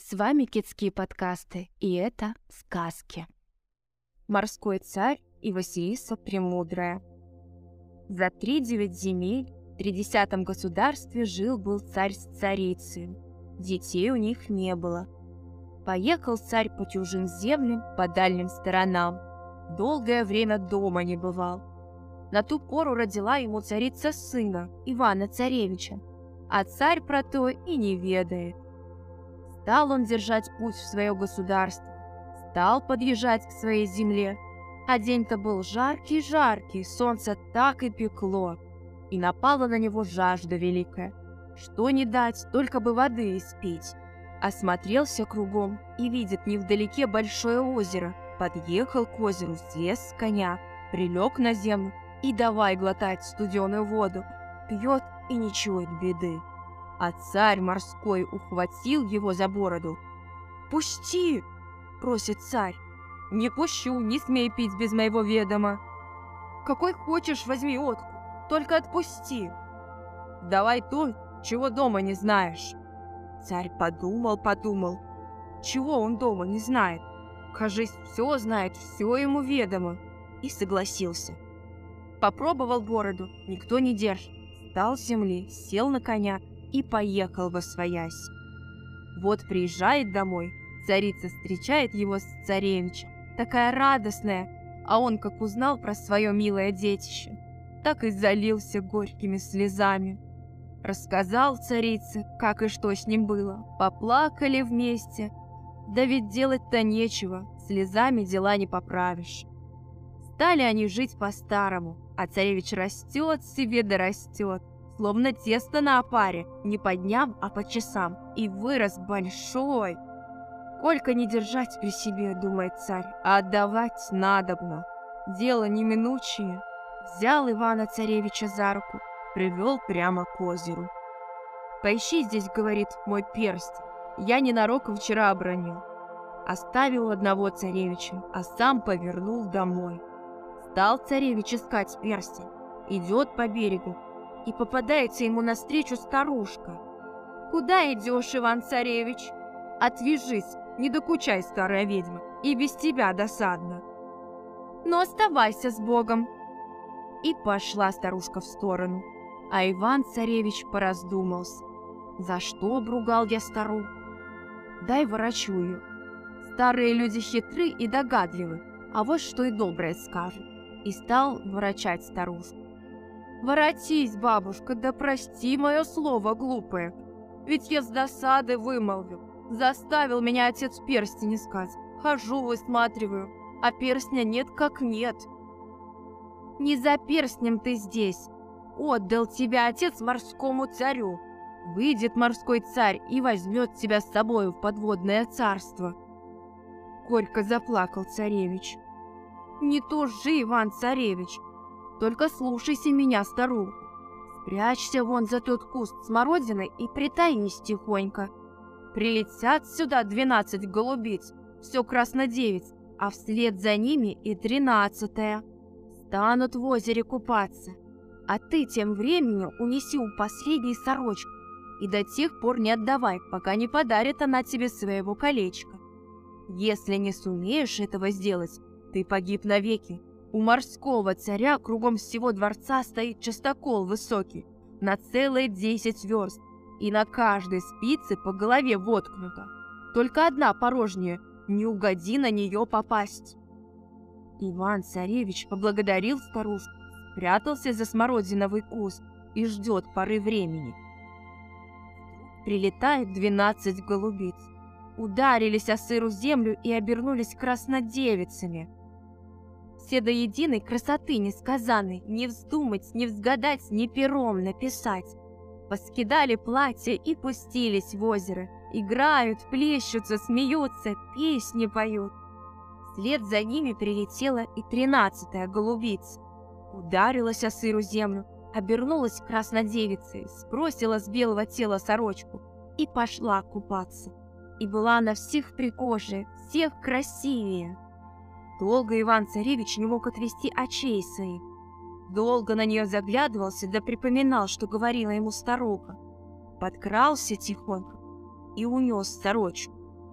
С вами Китские подкасты, и это сказки. Морской царь и Василиса Премудрая. За 3-9 земель в 30 государстве жил-был царь с царицей. Детей у них не было. Поехал царь по чужим землям, по дальним сторонам. Долгое время дома не бывал. На ту пору родила ему царица сына, Ивана-царевича, а царь про то и не ведает. Стал он держать путь в свое государство, стал подъезжать к своей земле, а день-то был жаркий-жаркий, солнце так и пекло, и напала на него жажда великая. Что не дать, только бы воды испить. Осмотрелся кругом и видит невдалеке большое озеро. Подъехал к озеру, слез с коня, прилег на землю и давай глотать студеную воду. Пьет и не чует беды. А царь морской ухватил его за бороду. «Пусти!» – просит царь. «Не пущу, не смей пить без моего ведома». «Какой хочешь, возьми отку, только отпусти». «Давай то, чего дома не знаешь». Царь подумал. Чего он дома не знает? Кажись, все знает, все ему ведомо. И согласился. Попробовал бороду, никто не держит. Встал с земли, сел на коня и поехал восвоясь. Вот приезжает домой, царица встречает его с царевичем, такая радостная, а он, как узнал про свое милое детище, так и залился горькими слезами. Рассказал царице, как и что с ним было, поплакали вместе, да ведь делать-то нечего, слезами дела не поправишь. Стали они жить по-старому, а царевич растет себе да растет, словно тесто на опаре, не по дням, а по часам, и вырос большой. Сколько не держать при себе, думает царь, а отдавать надобно. Дело неминучее. Взял Ивана-царевича за руку, привел прямо к озеру. «Поищи здесь, — говорит, — мой перстень, я ненароком вчера обронил». Оставил одного царевича, а сам повернул домой. Стал царевич искать перстень, идет по берегу, и попадается ему навстречу старушка. «Куда идешь, Иван-царевич? Отвяжись, не докучай, старая ведьма, и без тебя досадно. Но оставайся с Богом». И пошла старушка в сторону, а Иван-царевич пораздумался. За что обругал я старуху? Дай ворочу ее. Старые люди хитры и догадливы, а вот что и доброе скажет. И стал ворочать старушку. «Воротись, бабушка, да прости мое слово глупое. Ведь я с досады вымолвил. Заставил меня отец перстень искать. Хожу, высматриваю, а перстня нет как нет». «Не за перстнем ты здесь. Отдал тебя отец морскому царю. Выйдет морской царь и возьмет тебя с собою в подводное царство». Горько заплакал царевич. «Не тужи, Иван-царевич, только слушайся меня, старуху. Спрячься вон за тот куст смородины и притаись тихонько. Прилетят сюда 12 голубиц, все краснодевиц, а вслед за ними и 13-я. Станут в озере купаться, а ты тем временем унеси у последней сорочку и до тех пор не отдавай, пока не подарит она тебе своего колечка. Если не сумеешь этого сделать, ты погиб навеки. У морского царя кругом всего дворца стоит частокол высокий, на целые 10 верст, и на каждой спице по голове воткнута. Только одна порожняя, не угоди на нее попасть». Иван-царевич поблагодарил старушку, спрятался за смородиновый куст и ждет поры времени. Прилетает 12 голубиц, ударились о сыру землю и обернулись краснодевицами. Все до единой красоты несказанной, не вздумать, не взгадать, ни пером написать. Поскидали платья и пустились в озеро. Играют, плещутся, смеются, песни поют. Вслед за ними прилетела и 13-я голубица. Ударилась о сыру землю, обернулась краснодевицей, сбросила с белого тела сорочку и пошла купаться. И была она всех пригожее, всех красивее. Долго Иван-царевич не мог отвести очей своих. Долго на нее заглядывался, да припоминал, что говорила ему старуха. Подкрался тихонько и унес сорочку.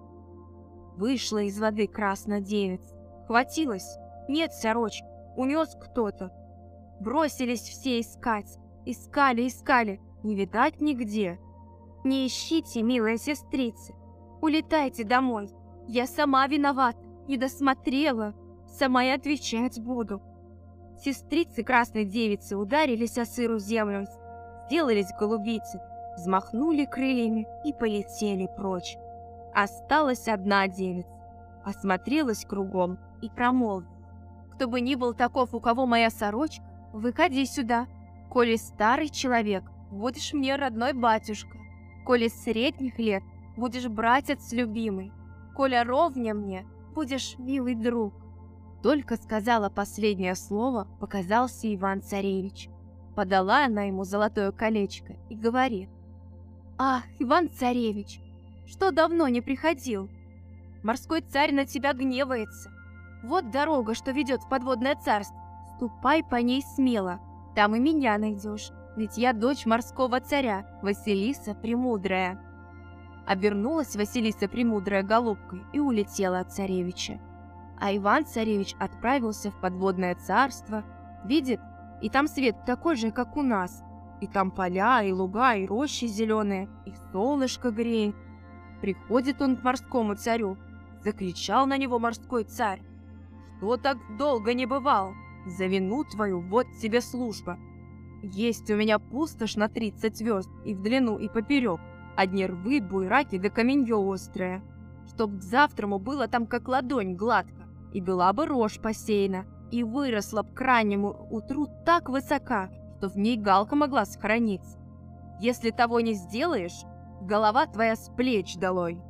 Вышла из воды краснодевица. Хватилась? Нет сорочки. Унес кто-то. Бросились все искать. Искали. Не видать нигде. Не ищите, милая сестрица. Улетайте домой. Я сама виновата. Не досмотрела. Сама и отвечать буду. Сестрицы красной девицы ударились о сырую землю, сделались голубицы, взмахнули крыльями и полетели прочь. Осталась одна девица, осмотрелась кругом и промолвила: «Кто бы ни был таков, у кого моя сорочка, выходи сюда. Коли старый человек, будешь мне родной батюшка. Коли средних лет, будешь братец любимый. Коля ровня мне, будешь милый друг». Только сказала последнее слово, показался Иван-царевич. Подала она ему золотое колечко и говорит: «Ах, Иван-царевич, что давно не приходил? Морской царь на тебя гневается. Вот дорога, что ведет в подводное царство. Ступай по ней смело, там и меня найдешь, ведь я дочь морского царя, Василиса Премудрая». Обернулась Василиса Премудрая голубкой и улетела от царевича. А Иван-царевич отправился в подводное царство, видит, и там свет такой же, как у нас, и там поля, и луга, и рощи зеленые, и солнышко греет. Приходит он к морскому царю, закричал на него морской царь: «Что так долго не бывал? За вину твою вот тебе служба. Есть у меня пустошь на 30 верст и в длину, и поперек, одни рвы, буйраки да каменье острое, чтоб к завтраму было там как ладонь гладко, и была бы рожь посеяна, и выросла б к раннему утру так высока, что в ней галка могла сохраниться. Если того не сделаешь, голова твоя с плеч долой».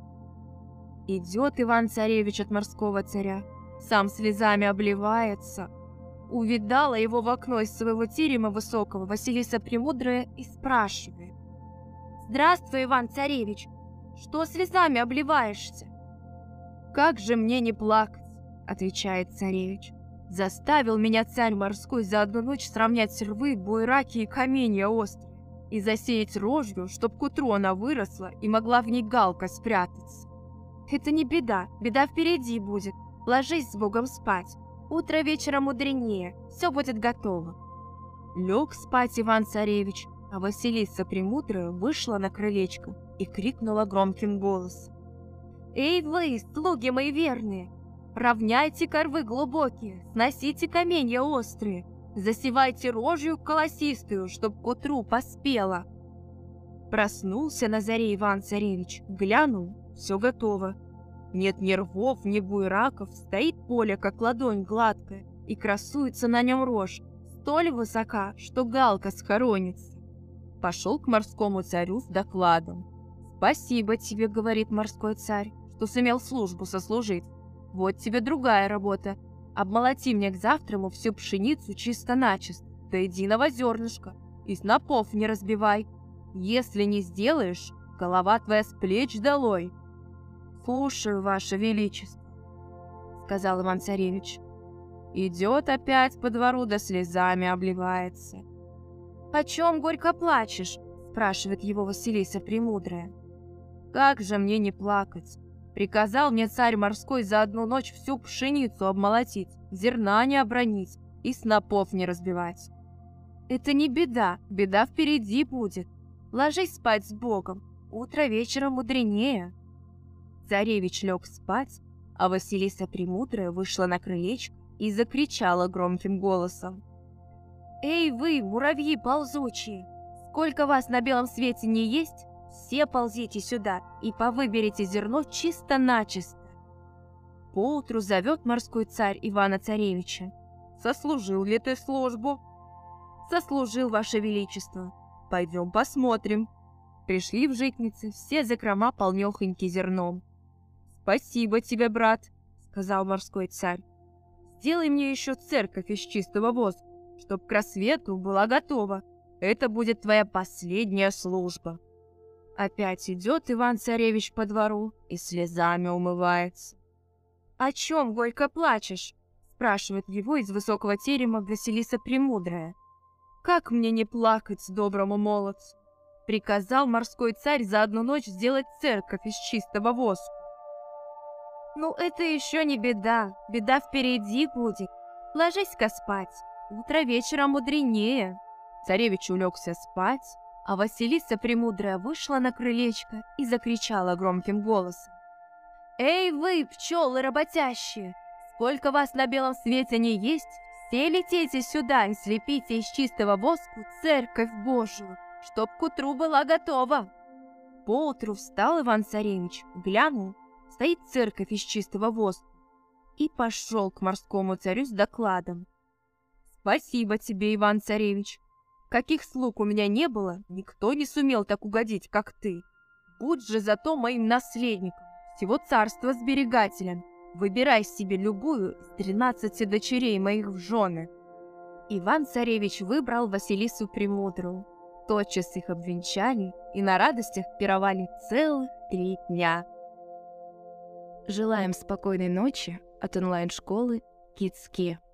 Идет Иван-царевич от морского царя, сам слезами обливается. Увидала его в окно из своего терема высокого Василиса Премудрая и спрашивает: «Здравствуй, Иван-царевич, что слезами обливаешься?» «Как же мне не плакать?» — отвечает царевич. «Заставил меня царь морской за одну ночь сравнять рвы, буйраки и каменья острые, и засеять рожью, чтоб к утру она выросла и могла в ней галка спрятаться». «Это не беда, беда впереди будет. Ложись с Богом спать. Утро вечера мудренее, все будет готово». Лег спать Иван-царевич, а Василиса Премудрая вышла на крылечко и крикнула громким голосом: «Эй вы, слуги мои верные! Равняйте корвы глубокие, сносите каменья острые, засевайте рожью колосистую, чтоб к утру поспела». Проснулся на заре Иван-царевич, глянул, все готово. Нет ни рвов, ни буйраков, стоит поле, как ладонь гладкая, и красуется на нем рожь, столь высока, что галка схоронится. Пошел к морскому царю с докладом. «Спасибо тебе, — говорит морской царь, — что сумел службу сослужить. Вот тебе другая работа. Обмолоти мне к завтраму всю пшеницу чисто-начисто, до единого зернышка, и снопов не разбивай. Если не сделаешь, голова твоя с плеч долой». «Слушаю, ваше величество», — сказал Иван-царевич. Идет опять по двору, да слезами обливается. «О чем горько плачешь?» — спрашивает его Василиса Премудрая. «Как же мне не плакать? Приказал мне царь морской за одну ночь всю пшеницу обмолотить, зерна не обронить и снопов не разбивать». «Это не беда, беда впереди будет. Ложись спать с Богом, утро вечера мудренее». Царевич лег спать, а Василиса Премудрая вышла на крылечко и закричала громким голосом: «Эй вы, муравьи ползучие! Сколько вас на белом свете не есть, все ползите сюда и повыберите зерно чисто-начисто». Поутру зовет морской царь Ивана-царевича. «Сослужил ли ты службу?» «Сослужил, ваше величество. Пойдем посмотрим». Пришли в житницы, все закрома полнехоньки зерном. «Спасибо тебе, брат», — сказал морской царь. «Сделай мне еще церковь из чистого воска, чтоб к рассвету была готова. Это будет твоя последняя служба». Опять идет Иван-царевич по двору и слезами умывается. «О чем горько плачешь?» — спрашивает его из высокого терема Василиса Премудрая. «Как мне не плакать доброму молодцу? Приказал морской царь за одну ночь сделать церковь из чистого воска». Ну, это еще не беда. Беда впереди будет. Ложись-ка спать. Утро вечера мудренее. Царевич улегся спать, а Василиса Премудрая вышла на крылечко и закричала громким голосом. «Эй вы, пчелы работящие! Сколько вас на белом свете не есть, все летите сюда и слепите из чистого воску церковь Божию, чтоб к утру была готова!» Поутру встал Иван-царевич, глянул, стоит церковь из чистого воска, и пошел к морскому царю с докладом. «Спасибо тебе, Иван-царевич! Каких слуг у меня не было, никто не сумел так угодить, как ты. Будь же зато моим наследником, всего царства сберегателем. Выбирай себе любую из 13 дочерей моих в жены». Иван-царевич выбрал Василису Премудрую. Тотчас их обвенчали и на радостях пировали целых 3 дня. Желаем спокойной ночи от онлайн-школы Kids Key.